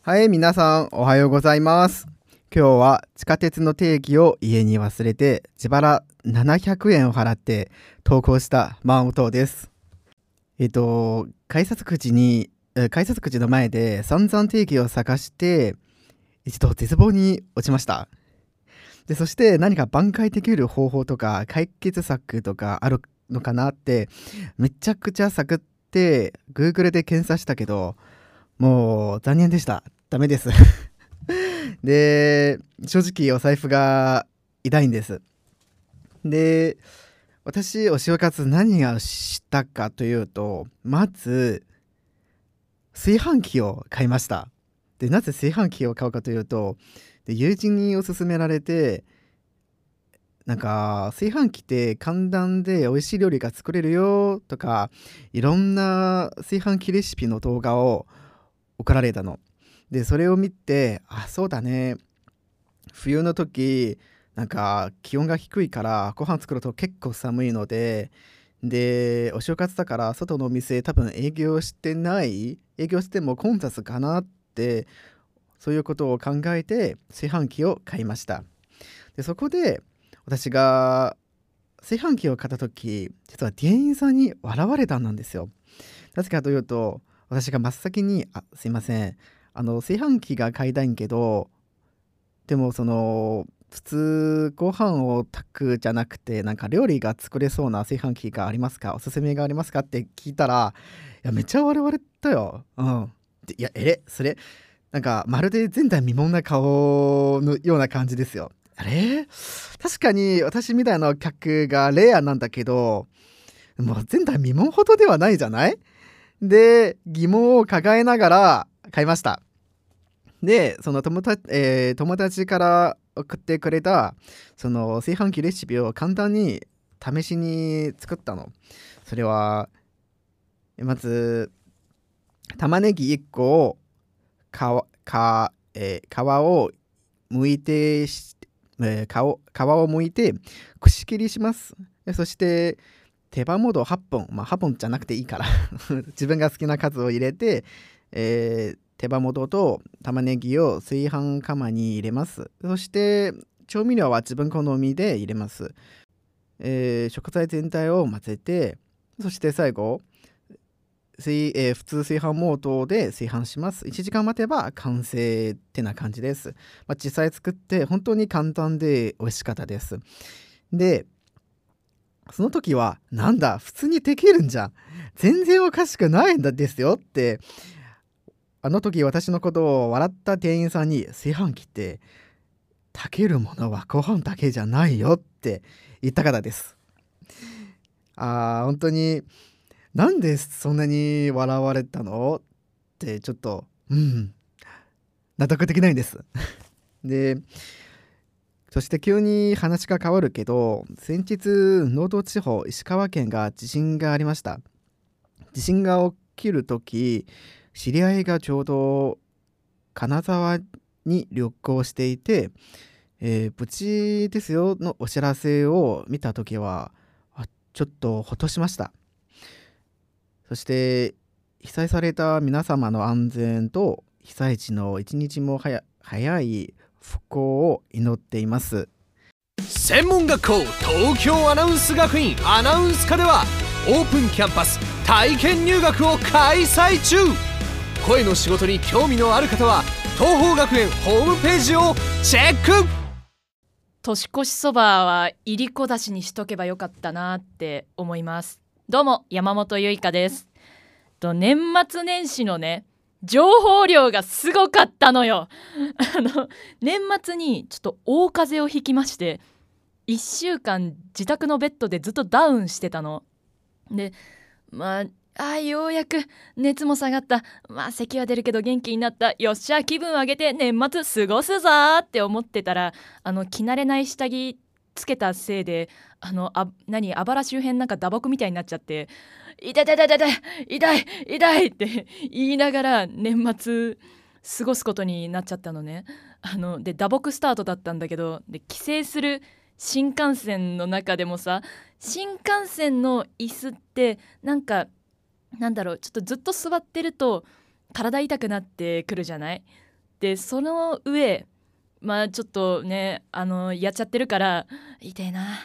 はい、皆さんおはようございます。今日は地下鉄の定期を家に忘れて自腹700円を払って投稿したマンオトです。改札口の前で散々定期を探して一度絶望に落ちました。で、そして何か挽回できる方法とか解決策とかあるのかなってめちゃくちゃ探って Google で検索したけど、もう残念でした。ダメですで、正直お財布が痛いんです。で、私お正月何がしたかというと、まず炊飯器を買いました。で、なぜ炊飯器を買うかというと、友人におすすめられて、なんか炊飯器って簡単で美味しい料理が作れるよとか、いろんな炊飯器レシピの動画を送られたの。で、それを見て、あ、そうだね。冬の時、なんか気温が低いからご飯作ると結構寒いので、お正月だから外のお店多分営業しても混雑かなって、そういうことを考えて炊飯器を買いました。で、そこで私が炊飯器を買った時、実は店員さんに笑われたんですよ。なぜかというと、私が真っ先に、すいません。炊飯器が買いたいんけど、でも普通ご飯を炊くじゃなくて、なんか料理が作れそうな炊飯器がありますか、おすすめがありますかって聞いたら、いや、めっちゃ笑われたよ。うん。で、いや、それ、なんかまるで前代未聞な顔のような感じですよ。あれ、確かに私みたいな客がレアなんだけど、もう前代未聞ほどではないじゃない。で、疑問を抱えながら買いました。で、その友達から送ってくれたその炊飯器レシピを簡単に試しに作ったの。それはまず玉ねぎ1個を皮を剥いて皮を剥いてくし切りします。そして手羽元8本、8本じゃなくていいから自分が好きな数を入れて、手羽元と玉ねぎを炊飯釜に入れます。そして調味料は自分好みで入れます。食材全体を混ぜて、そして最後普通炊飯モードで炊飯します。1時間待てば完成ってな感じです。実際作って本当に簡単で美味しかったです。で、その時はなんだ普通にできるんじゃん、全然おかしくないんだですよって、あの時私のことを笑った店員さんに、炊飯器って炊けるものはご飯だけじゃないよって言ったからです。本当になんでそんなに笑われたのってちょっと納得できないんですで、そして急に話が変わるけど、先日能登地方石川県が地震がありました。地震が起きるとき、知り合いがちょうど金沢に旅行していて、無事ですよのお知らせを見たときは、ちょっとほっとしました。そして被災された皆様の安全と被災地の一日も早い復興を祈っています。 専門学校東京アナウンス学院アナウンス科ではオープンキャンパス体験入学を開催中。声の仕事に興味のある方は東邦学園ホームページをチェック。 年越しそばはいりこだしにしとけばよかったなって思います。どうも山本ゆいかです。年末年始のね、情報量がすごかったのよ年末にちょっと大風邪をひきまして、1週間自宅のベッドでずっとダウンしてたので、ようやく熱も下がった、咳は出るけど元気になった、よっしゃ気分上げて年末過ごすぞって思ってたら、着慣れない下着つけたせいであばら周辺なんか打撲みたいになっちゃって、痛い痛い痛い痛い痛い痛いって言いながら年末過ごすことになっちゃったのね。で打撲スタートだったんだけど、で帰省する新幹線の中でもさ、新幹線の椅子ってなんだろう、ちょっとずっと座ってると体痛くなってくるじゃない。 でその上ちょっとねやっちゃってるから痛いな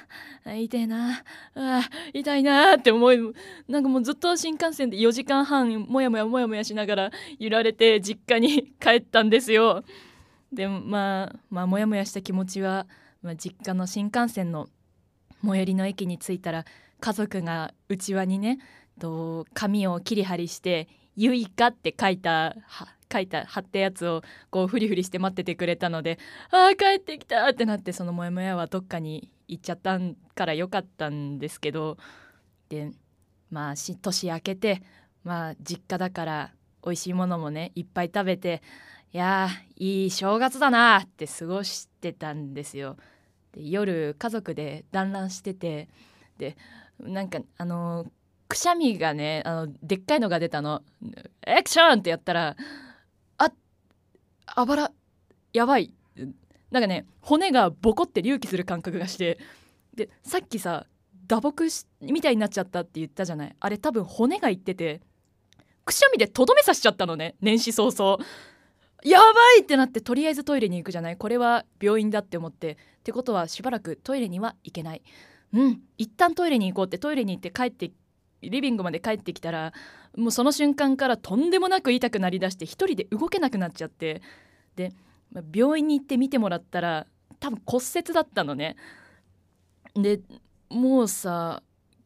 痛いなって思い、なんかもうずっと新幹線で4時間半もやもやしながら揺られて実家に帰ったんですよ。でもやもやした気持ちは、実家の新幹線の最寄りの駅に着いたら家族がうちわにね紙を切り貼りしてゆいかって貼ったやつをこうフリフリして待っててくれたので、帰ってきたってなって、そのモヤモヤはどっかに行っちゃったからよかったんですけど、で年明けて実家だから美味しいものもねいっぱい食べて、いい正月だなって過ごしてたんですよ。で夜家族で団らんしてて、でなんかくしゃみがねでっかいのが出たの。エクションってやったらあばらやばい、なんかね骨がボコって隆起する感覚がして、でさっきさ打撲みたいになっちゃったって言ったじゃない。あれ多分骨がいっててくしゃみでとどめさしちゃったのね、年始早々。やばいってなって、とりあえずトイレに行くじゃない。これは病院だって思って、ってことはしばらくトイレには行けない。一旦トイレに行こうってトイレに行ってリビングまで帰ってきたら、もうその瞬間からとんでもなく痛くなりだして一人で動けなくなっちゃって、で病院に行って見てもらったら多分骨折だったのね。でもうさ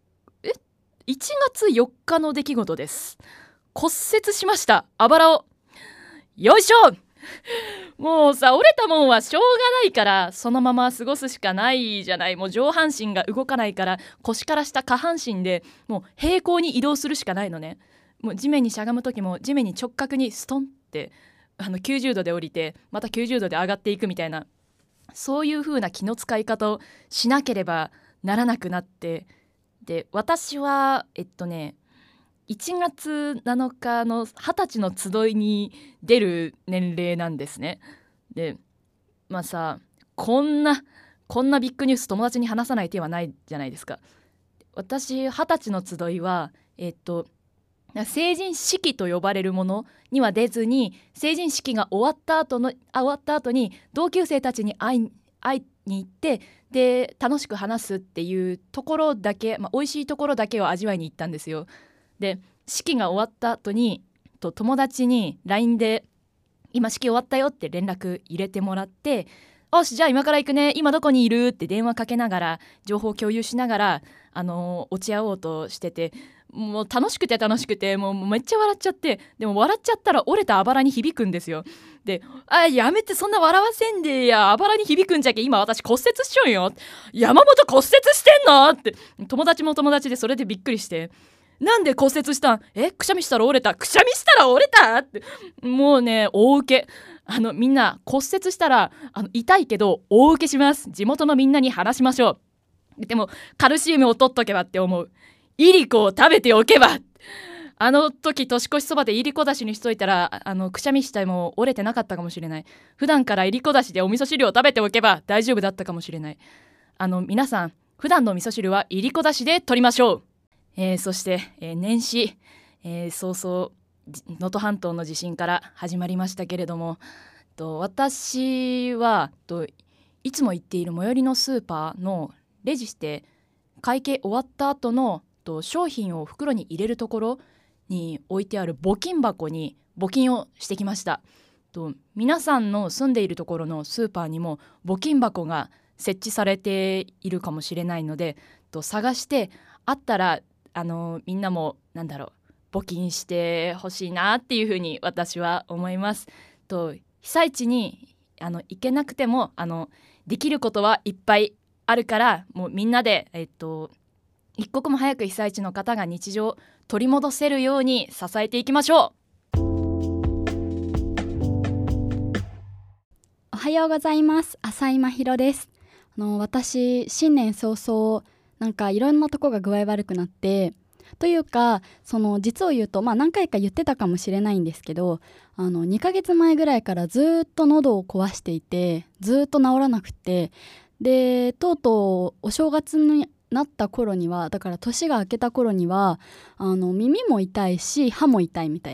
1月4日の出来事です。骨折しました、あばらを。よいしょもうさ折れたもんはしょうがないからそのまま過ごすしかないじゃない。もう上半身が動かないから腰から下下半身でもう平行に移動するしかないのね。もう地面にしゃがむ時も地面に直角にストンって90度で降りてまた90度で上がっていくみたいな、そういう風な気の使い方をしなければならなくなって、で私は1月7日の20歳の集いに出る年齢なんですね。でこんなビッグニュース友達に話さない手はないじゃないですか。私20歳の集いは成人式と呼ばれるものには出ずに、成人式が終わった後に同級生たちに会いに行って、で楽しく話すっていうところだけ、美味しいところだけを味わいに行ったんですよ。で式が終わった後に友達に LINE で今式終わったよって連絡入れてもらって、よしじゃあ今から行くね、今どこにいるって電話かけながら情報共有しながら落ち合おうとしてて、もう楽しくてもうめっちゃ笑っちゃって、でも笑っちゃったら折れたあばらに響くんですよ。でやめてそんな笑わせんでや、あばらに響くんじゃけ今私骨折しちゃうよ、山本骨折してんのって友達も友達でそれでびっくりして、なんで骨折したん？くしゃみしたら折れたってもうね大受け。みんな骨折したら痛いけど大受けします。地元のみんなに話しましょう。でもカルシウムを取っとけばって思う。いりこを食べておけば。時年越しそばでいりこだしにしといたらくしゃみしたいも折れてなかったかもしれない。普段からいりこだしでお味噌汁を食べておけば大丈夫だったかもしれない。皆さん普段の味噌汁はいりこだしで取りましょう。そして、年始、早々能登半島の地震から始まりましたけれども、私はいつも行っている最寄りのスーパーのレジして会計終わった後の商品を袋に入れるところに置いてある募金箱に募金をしてきました。皆さんの住んでいるところのスーパーにも募金箱が設置されているかもしれないので探してあったらみんなも募金してほしいなっていうふうに私は思います。被災地に行けなくてもできることはいっぱいあるから、もうみんなで、一刻も早く被災地の方が日常を取り戻せるように支えていきましょう。 おはようございます。浅井真宙です。私新年早々いろんなとこが具合悪くなって、というか実を言うと何回か言ってたかもしれないんですけど、2ヶ月前ぐらいからずっと喉を壊していて、ずっと治らなくて、でとうとうお正月になった頃には、だから年が明けた頃には耳も痛いし歯も痛いみたいな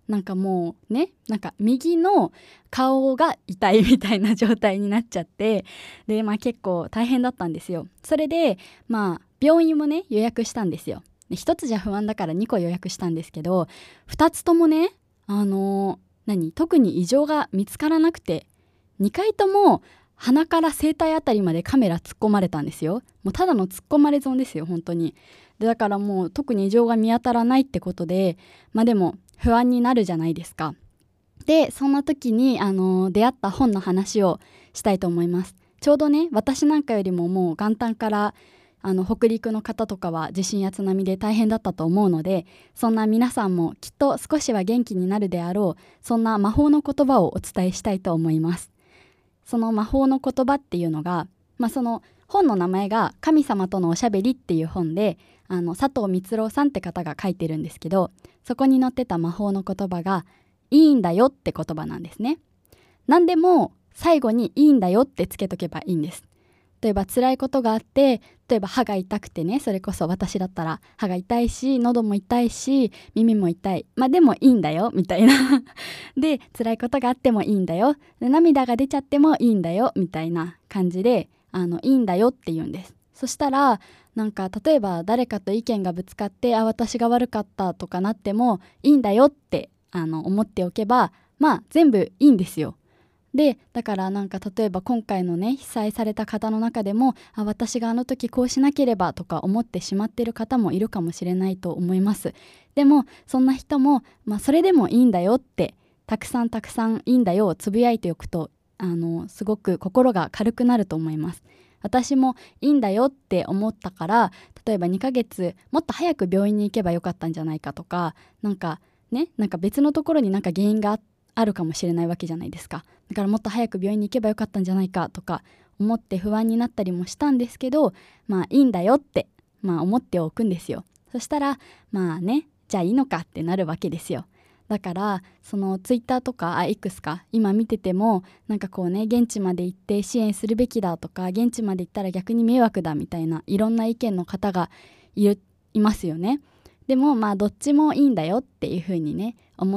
なんかもうね、なんか右の顔が痛いみたいな状態になっちゃって、で結構大変だったんですよ。それで病院もね予約したんですよ。1つじゃ不安だから2個予約したんですけど、2つともね特に異常が見つからなくて、2回とも鼻から声帯あたりまでカメラ突っ込まれたんですよ。もうただの突っ込まれ損ですよ本当に。でだからもう特に異常が見当たらないってことで、でも不安になるじゃないですか。でそんな時に出会った本の話をしたいと思います。ちょうどね、私なんかよりももう元旦から北陸の方とかは地震や津波で大変だったと思うので、そんな皆さんもきっと少しは元気になるであろう、そんな魔法の言葉をお伝えしたいと思います。その魔法の言葉っていうのが、その本の名前が神様とのおしゃべりっていう本で、佐藤光郎さんって方が書いてるんですけど、そこに載ってた魔法の言葉がいいんだよって言葉なんですね。何でも最後にいいんだよってつけとけばいいんです。例えば辛いことがあって、例えば歯が痛くてね、それこそ私だったら歯が痛いし喉も痛いし耳も痛い、でもいいんだよみたいなで辛いことがあってもいいんだよ、で涙が出ちゃってもいいんだよみたいな感じでいいんだよって言うんです。そしたら例えば誰かと意見がぶつかって、私が悪かったとかなってもいいんだよって思っておけば全部いいんですよ。でだから例えば今回のね被災された方の中でも、私があの時こうしなければとか思ってしまっている方もいるかもしれないと思います。でもそんな人も、それでもいいんだよってたくさんいいんだよをつぶやいておくとすごく心が軽くなると思います。私もいいんだよって思ったから、例えば2ヶ月もっと早く病院に行けばよかったんじゃないかとか、別のところに原因があるかもしれないわけじゃないですか。だからもっと早く病院に行けばよかったんじゃないかとか思って不安になったりもしたんですけど、いいんだよって思っておくんですよ。そしたらじゃあいいのかってなるわけですよ。だからそのツイッターとかX か今見てても現地まで行って支援するべきだとか、現地まで行ったら逆に迷惑だみたいないろんな意見の方がいますよね。でもどっちもいいんだよっていう風にね思って、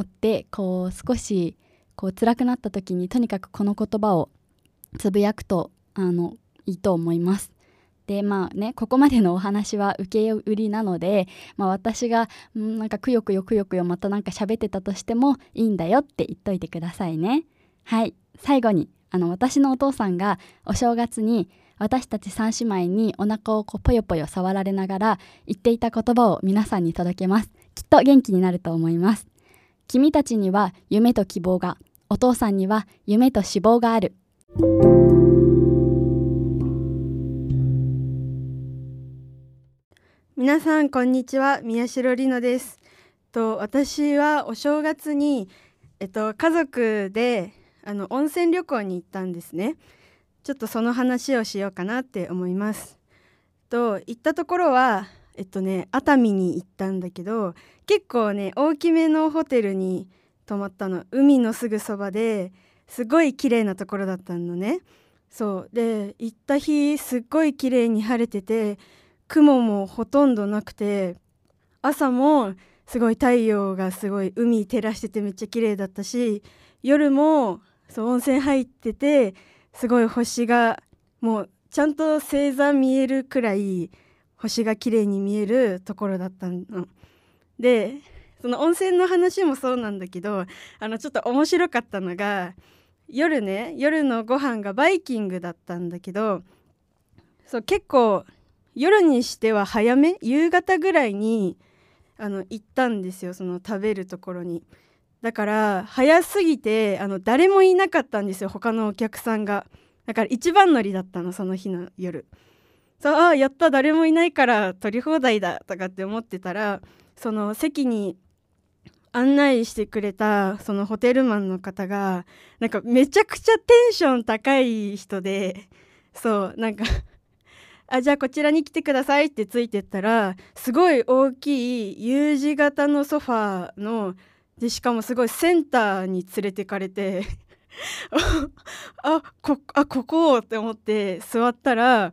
少し辛くなった時にとにかくこの言葉をつぶやくといいと思います。でここまでのお話は受け売りなので、私がくよくよまた喋ってたとしてもいいんだよって言っといてくださいね。はい、最後に私のお父さんがお正月に私たち3姉妹にお腹をぽよぽよ触られながら言っていた言葉を皆さんに届けます。きっと元気になると思います。君たちには夢と希望が、お父さんには夢と希望がある。 皆さんこんにちは、宮代里乃です。私はお正月に、家族で温泉旅行に行ったんですね。ちょっとその話をしようかなって思います。行ったところは熱海に行ったんだけど、結構ね大きめのホテルに泊まったの。海のすぐそばですごい綺麗なところだったのね。そうで行った日すっごい綺麗に晴れてて、雲もほとんどなくて、朝もすごい太陽がすごい海照らしててめっちゃ綺麗だったし、夜も温泉入っててすごい星がもうちゃんと星座見えるくらい星が綺麗に見えるところだったので、その温泉の話もそうなんだけどちょっと面白かったのが夜のご飯がバイキングだったんだけど、結構夜にしては早め、夕方ぐらいに行ったんですよ、その食べるところに。だから早すぎて誰もいなかったんですよ、他のお客さんが。だから一番乗りだったの、その日の夜。やった、誰もいないから取り放題だとかって思ってたら、その席に案内してくれたそのホテルマンの方がめちゃくちゃテンション高い人で、じゃあこちらに来てくださいってついてったら、すごい大きい U 字型のソファーので、しかもすごいセンターに連れてかれてここって思って座ったら、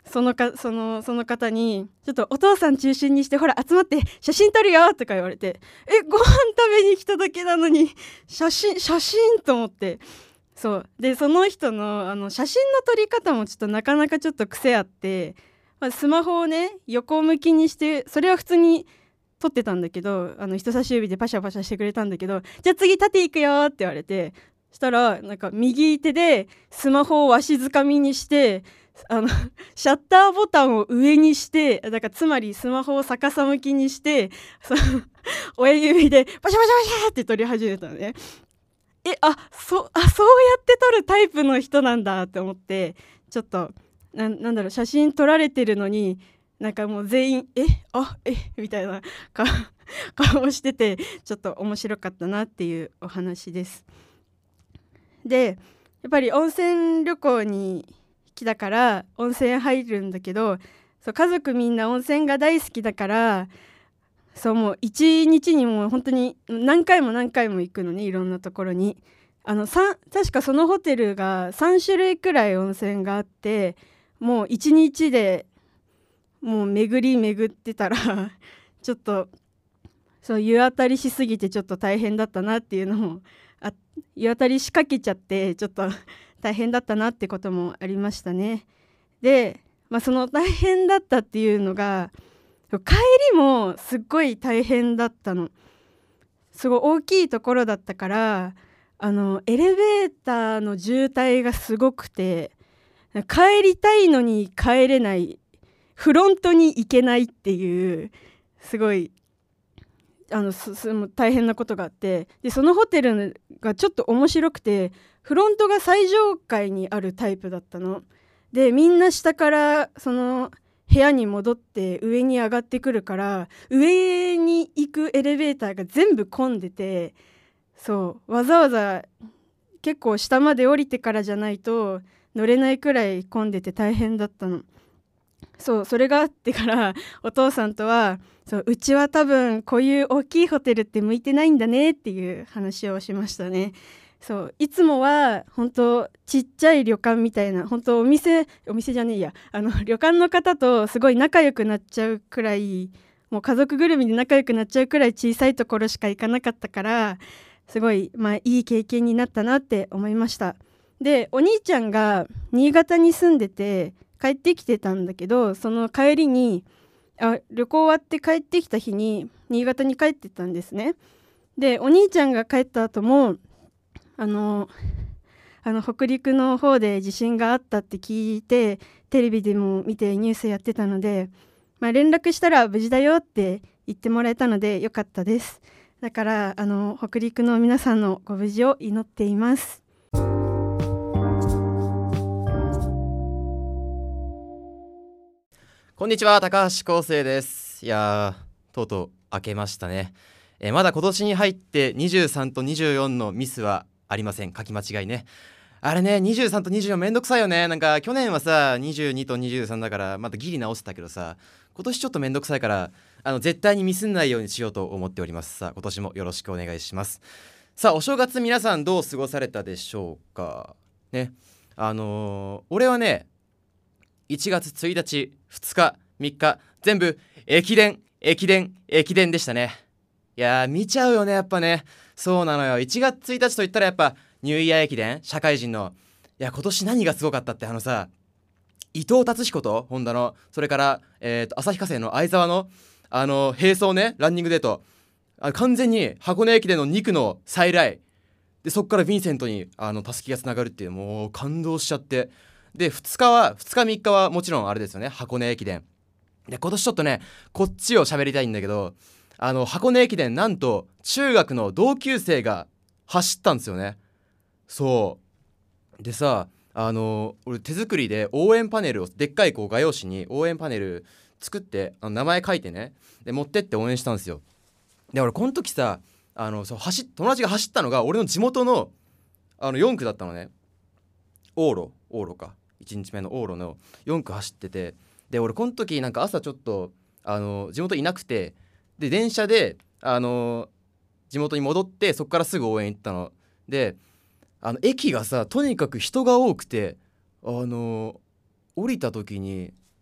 その方にちょっとお父さん中心にしてほら集まって写真撮るよとか言われて、ご飯食べに来ただけなのに写真と思って、そうでその人の写真の撮り方もちょっとなかなかちょっと癖あって、スマホをね横向きにして、それは普通に撮ってたんだけど、人差し指でパシャパシャしてくれたんだけど、じゃあ次縦行くよって言われて、そしたらなんか右手でスマホをわしづかみにしてシャッターボタンを上にして、だからつまりスマホを逆さ向きにして親指でパシャパシャパシャって撮り始めたのね。そうやって撮るタイプの人なんだって思って、ちょっとなんだろう、写真撮られてるのになんかもう全員みたいな顔してて、ちょっと面白かったなっていうお話です。でやっぱり温泉旅行に来たから温泉入るんだけど、家族みんな温泉が大好きだから、もう一日にもう本当に何回も行くのね、いろんなところに。確かそのホテルが3種類くらい温泉があって、もう1日でもう巡ってたらちょっと湯あたりしすぎてちょっと大変だったなっていうのも湯あたりしかけちゃってちょっと大変だったなってこともありましたね。で、その大変だったっていうのが、帰りもすっごい大変だったの。すごい大きいところだったから、エレベーターの渋滞がすごくて、帰りたいのに帰れない、フロントに行けないっていうすごい大変なことがあって、でそのホテルがちょっと面白くて、フロントが最上階にあるタイプだったので、みんな下からその部屋に戻って上に上がってくるから、上に行くエレベーターが全部混んでて、わざわざ結構下まで降りてからじゃないと乗れないくらい混んでて大変だったの。それがあってからお父さんとはうちは多分こういう大きいホテルって向いてないんだねっていう話をしましたね。いつもは本当ちっちゃい旅館みたいな、本当お店じゃねえや、旅館の方とすごい仲良くなっちゃうくらい、もう家族ぐるみで仲良くなっちゃうくらい小さいところしか行かなかったから、すごいいい経験になったなって思いました。でお兄ちゃんが新潟に住んでて帰ってきてたんだけど、その帰りに旅行終わって帰ってきた日に新潟に帰ってたんですね。でお兄ちゃんが帰った後も北陸の方で地震があったって聞いて、テレビでも見てニュースやってたので、連絡したら無事だよって言ってもらえたのでよかったです。だから北陸の皆さんのご無事を祈っています。 こんにちは、高橋康生です。いやー、とうとう明けましたね。まだ今年に入って23と24のミスはありません。書き間違いね。あれね、23と24めんどくさいよね。なんか去年はさ22と23だからまたギリ直せたけどさ、今年ちょっとめんどくさいから絶対にミスんないようにしようと思っております。さあ今年もよろしくお願いします。さあお正月皆さんどう過ごされたでしょうかね。俺はね1月1日2日3日全部駅伝でしたね。いやー見ちゃうよねやっぱね。そうなのよ。1月1日といったらやっぱニューイヤー駅伝、社会人の。いや今年何がすごかったって伊藤達彦とホンダの、それから旭化成の相澤の並走ね、ランニングデート、完全に箱根駅伝の2区の再来で、そっからヴィンセントにたすきがつながるっていう、もう感動しちゃって。で2日3日はもちろんあれですよね、箱根駅伝で。今年ちょっとねこっちを喋りたいんだけど、箱根駅伝なんと中学の同級生が走ったんですよね。そうでさ、俺手作りで応援パネルを、でっかい画用紙に応援パネル作って名前書いてね、で持ってって応援したんですよ。で俺この時さ友達が走ったのが俺の地元の4区だったのね。往路か、1日目の往路の4区走ってて、で俺この時なんか朝ちょっと地元いなくて、で電車で地元に戻ってそっからすぐ応援行ったので、駅がさとにかく人が多くて降りた時に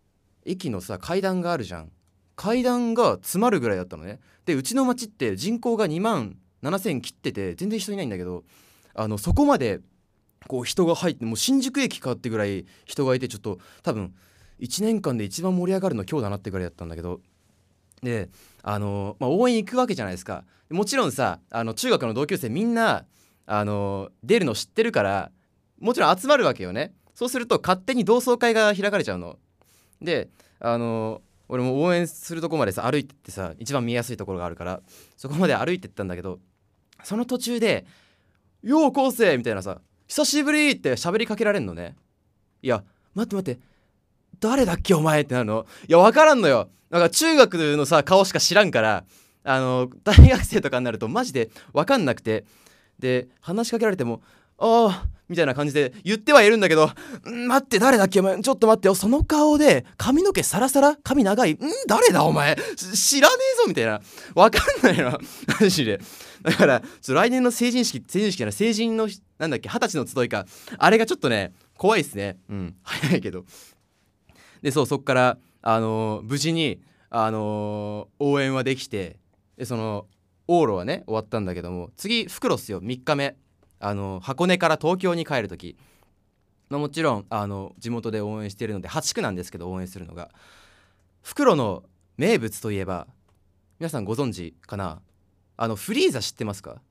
駅のさ階段があるじゃん。階段が詰まるぐらいだったのね。でうちの町って人口が2万7000切ってて全然人いないんだけど、そこまでこう人が入って、もう新宿駅かってぐらい人がいて、ちょっと多分1年間で一番盛り上がるの今日だなってぐらいだったんだけど、で応援行くわけじゃないですか。もちろんさ中学の同級生みんな出るの知ってるからもちろん集まるわけよね。そうすると勝手に同窓会が開かれちゃうので、俺も応援するとこまでさ歩いてってさ、一番見やすいところがあるからそこまで歩いてったんだけど、その途中でよう昴生みたいなさ、久しぶりって喋りかけられんのね。いや待って誰だっけお前ってなるの。いや分からんのよ。なんか中学のさ顔しか知らんから、大学生とかになるとマジで分かんなくて、で話しかけられてもああみたいな感じで言ってはいるんだけど、待って誰だっけお前、ちょっと待ってよ、その顔で髪の毛サラサラ髪長い、誰だお前知らねえぞみたいな、分かんないのマジで。だから来年の成人式じゃない、成人のなんだっけ20歳の集いか、あれがちょっとね怖いっすね。早いけど。でそっから、無事に、応援はできて、でその往路はね終わったんだけども、次復路っすよ。3日目箱根から東京に帰る時、もちろん地元で応援しているので8区なんですけど、応援するのが復路の名物といえば皆さんご存知かな、フリーザ知ってますか？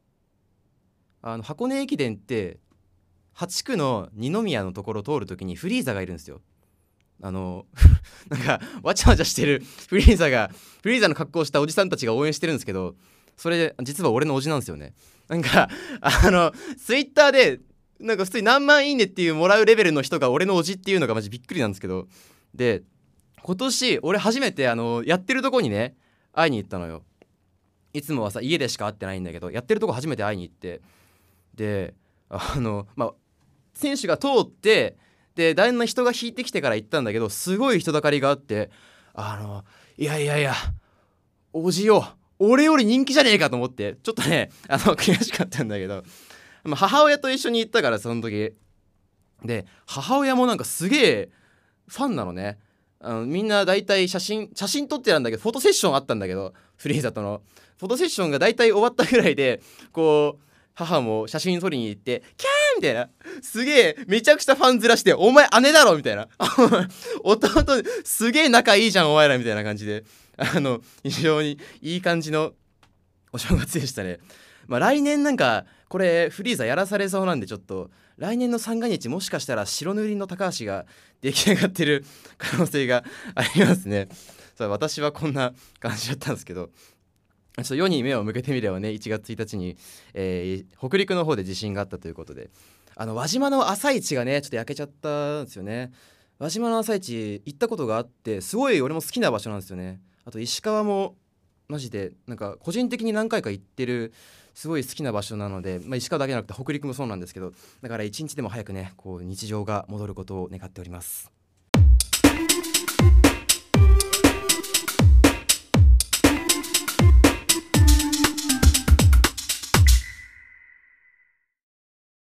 箱根駅伝って8区の二宮のところを通るときにフリーザがいるんですよ。なんかわちゃわちゃしてるフリーザの格好をしたおじさんたちが応援してるんですけど、それで実は俺のおじなんですよね。なんかツイッターでなんか普通に何万いいねっていうもらうレベルの人が俺のおじっていうのがマジびっくりなんですけど、で今年俺初めてやってるとこにね会いに行ったのよ。いつもはさ家でしか会ってないんだけど、やってるとこ初めて会いに行って、で選手が通って、でだんだん人が引いてきてから行ったんだけど、すごい人だかりがあって、いやおじよ俺より人気じゃねえかと思って、ちょっとね悔しかったんだけど、母親と一緒に行ったからその時で、母親もなんかすげえファンなのね。みんなだいたい写真撮ってたんだけど、フォトセッションあったんだけど、フリーザとのフォトセッションがだいたい終わったぐらいで、こう母も写真撮りに行ってキャーみたいな、すげえめちゃくちゃファンずらして、お前姉だろみたいな弟すげえ仲いいじゃんお前らみたいな感じで、非常にいい感じのお正月でしたね。来年なんかこれフリーザやらされそうなんで、ちょっと来年の三が日もしかしたら白塗りの高橋が出来上がってる可能性がありますね。私はこんな感じだったんですけど、ちょっと世に目を向けてみればね、1月1日に、北陸の方で地震があったということで、輪島の朝市がねちょっと焼けちゃったんですよね。輪島の朝市行ったことがあって、すごい俺も好きな場所なんですよね。あと石川もマジでなんか個人的に何回か行ってるすごい好きな場所なので、石川だけじゃなくて北陸もそうなんですけど、だから一日でも早くねこう日常が戻ることを願っております。